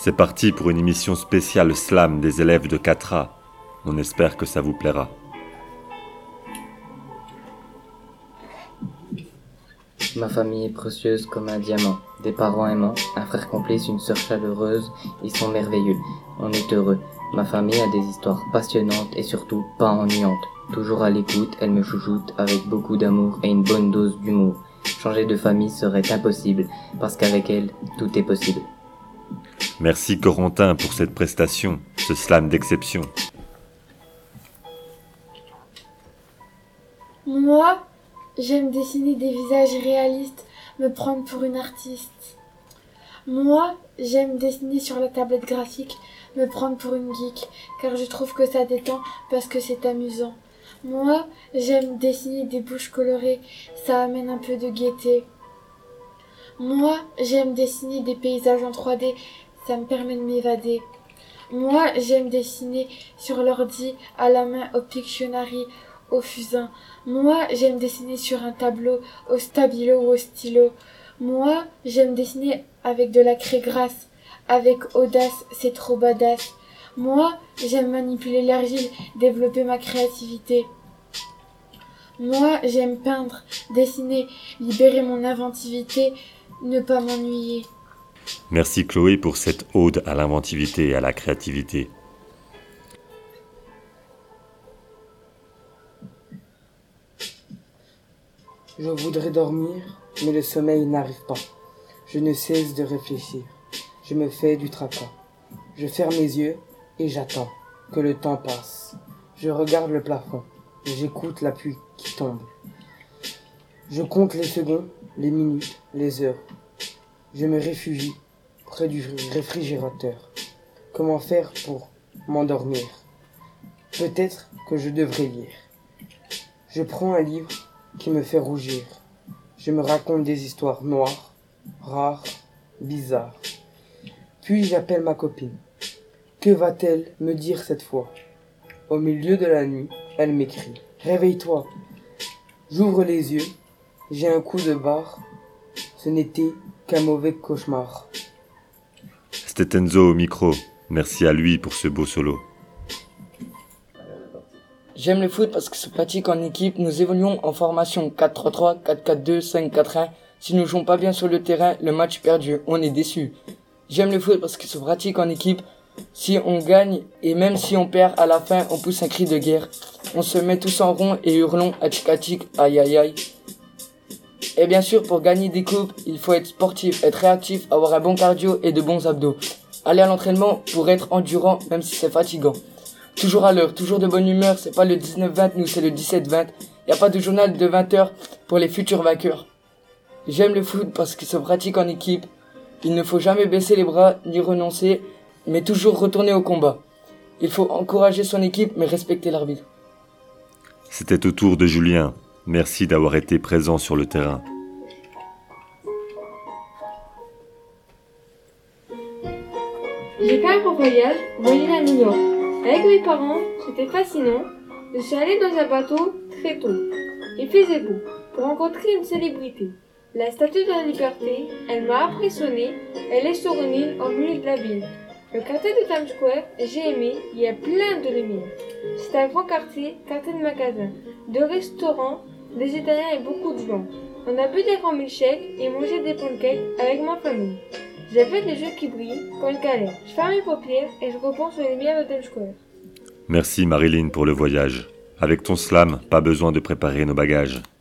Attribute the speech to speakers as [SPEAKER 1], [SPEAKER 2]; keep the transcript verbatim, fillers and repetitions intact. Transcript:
[SPEAKER 1] C'est parti pour une émission spéciale slam des élèves de quatre A. On espère que ça vous plaira.
[SPEAKER 2] Ma famille est précieuse comme un diamant. Des parents aimants, un frère complice, une sœur chaleureuse. Ils sont merveilleux. On est heureux. Ma famille a des histoires passionnantes et surtout pas ennuyantes. Toujours à l'écoute, elle me chouchoute avec beaucoup d'amour et une bonne dose d'humour. Changer de famille serait impossible parce qu'avec elle, tout est possible.
[SPEAKER 1] Merci Corentin pour cette prestation, ce slam d'exception.
[SPEAKER 3] Moi, j'aime dessiner des visages réalistes, me prendre pour une artiste. Moi, j'aime dessiner sur la tablette graphique, me prendre pour une geek, car je trouve que ça détend parce que c'est amusant. Moi, j'aime dessiner des bouches colorées, ça amène un peu de gaieté. Moi, j'aime dessiner des paysages en trois D, ça me permet de m'évader. Moi, j'aime dessiner sur l'ordi, à la main, au Pictionary, au fusain. Moi, j'aime dessiner sur un tableau, au stabilo ou au stylo. Moi, j'aime dessiner avec de la craie grasse, avec audace, c'est trop badass. Moi, j'aime manipuler l'argile, développer ma créativité. Moi, j'aime peindre, dessiner, libérer mon inventivité, ne pas m'ennuyer.
[SPEAKER 1] Merci Chloé pour cette ode à l'inventivité et à la créativité.
[SPEAKER 4] Je voudrais dormir, mais le sommeil n'arrive pas. Je ne cesse de réfléchir. Je me fais du tracas. Je ferme les yeux et j'attends que le temps passe. Je regarde le plafond et j'écoute la pluie qui tombe. Je compte les secondes, les minutes, les heures. Je me réfugie près du réfrigérateur. Comment faire pour m'endormir? Peut-être que je devrais lire. Je prends un livre qui me fait rougir. Je me raconte des histoires noires, rares, bizarres. Puis j'appelle ma copine. Que va-t-elle me dire cette fois? Au milieu de la nuit, elle m'écrit. Réveille-toi. J'ouvre les yeux. J'ai un coup de barre. Ce n'était qu'un mauvais cauchemar.
[SPEAKER 1] C'était Enzo au micro. Merci à lui pour ce beau solo.
[SPEAKER 5] J'aime le foot parce que se pratique en équipe. Nous évoluons en formation quatre trois trois, quatre quatre deux, cinq quatre un. Si nous jouons pas bien sur le terrain, le match perdu, on est déçu. J'aime le foot parce que se pratique en équipe. Si on gagne et même si on perd, à la fin, on pousse un cri de guerre. On se met tous en rond et hurlons atchik atchik, aïe aïe aïe. Et bien sûr, pour gagner des coupes, il faut être sportif, être réactif, avoir un bon cardio et de bons abdos. Aller à l'entraînement pour être endurant, même si c'est fatigant. Toujours à l'heure, toujours de bonne humeur, c'est pas le dix-neuf vingt, nous c'est le dix-sept vingt. Y a pas de journal de vingt heures pour les futurs vainqueurs. J'aime le foot parce qu'il se pratique en équipe. Il ne faut jamais baisser les bras ni renoncer, mais toujours retourner au combat. Il faut encourager son équipe, mais respecter l'arbitre.
[SPEAKER 1] C'était au tour de Julien. Merci d'avoir été présent sur le terrain.
[SPEAKER 6] J'ai fait un grand voyage, voyage à New York. Avec mes parents, c'était fascinant. Je suis allée dans un bateau très tôt. Il faisait beau pour rencontrer une célébrité. La statue de la liberté, elle m'a impressionnée. Elle est sur une île au milieu de la ville. Le quartier de Times Square, j'ai aimé, il y a plein de lumière. C'est un grand quartier, quartier de magasins, de restaurants, des Italiens et beaucoup de gens. On a bu des grands milkshakes et mangé des pancakes avec ma famille. J'ai fait des jeux qui brillent quand une galère. Je ferme mes paupières et je repense aux lumières de Times Square.
[SPEAKER 1] Merci Marilyn pour le voyage. Avec ton slam, pas besoin de préparer nos bagages.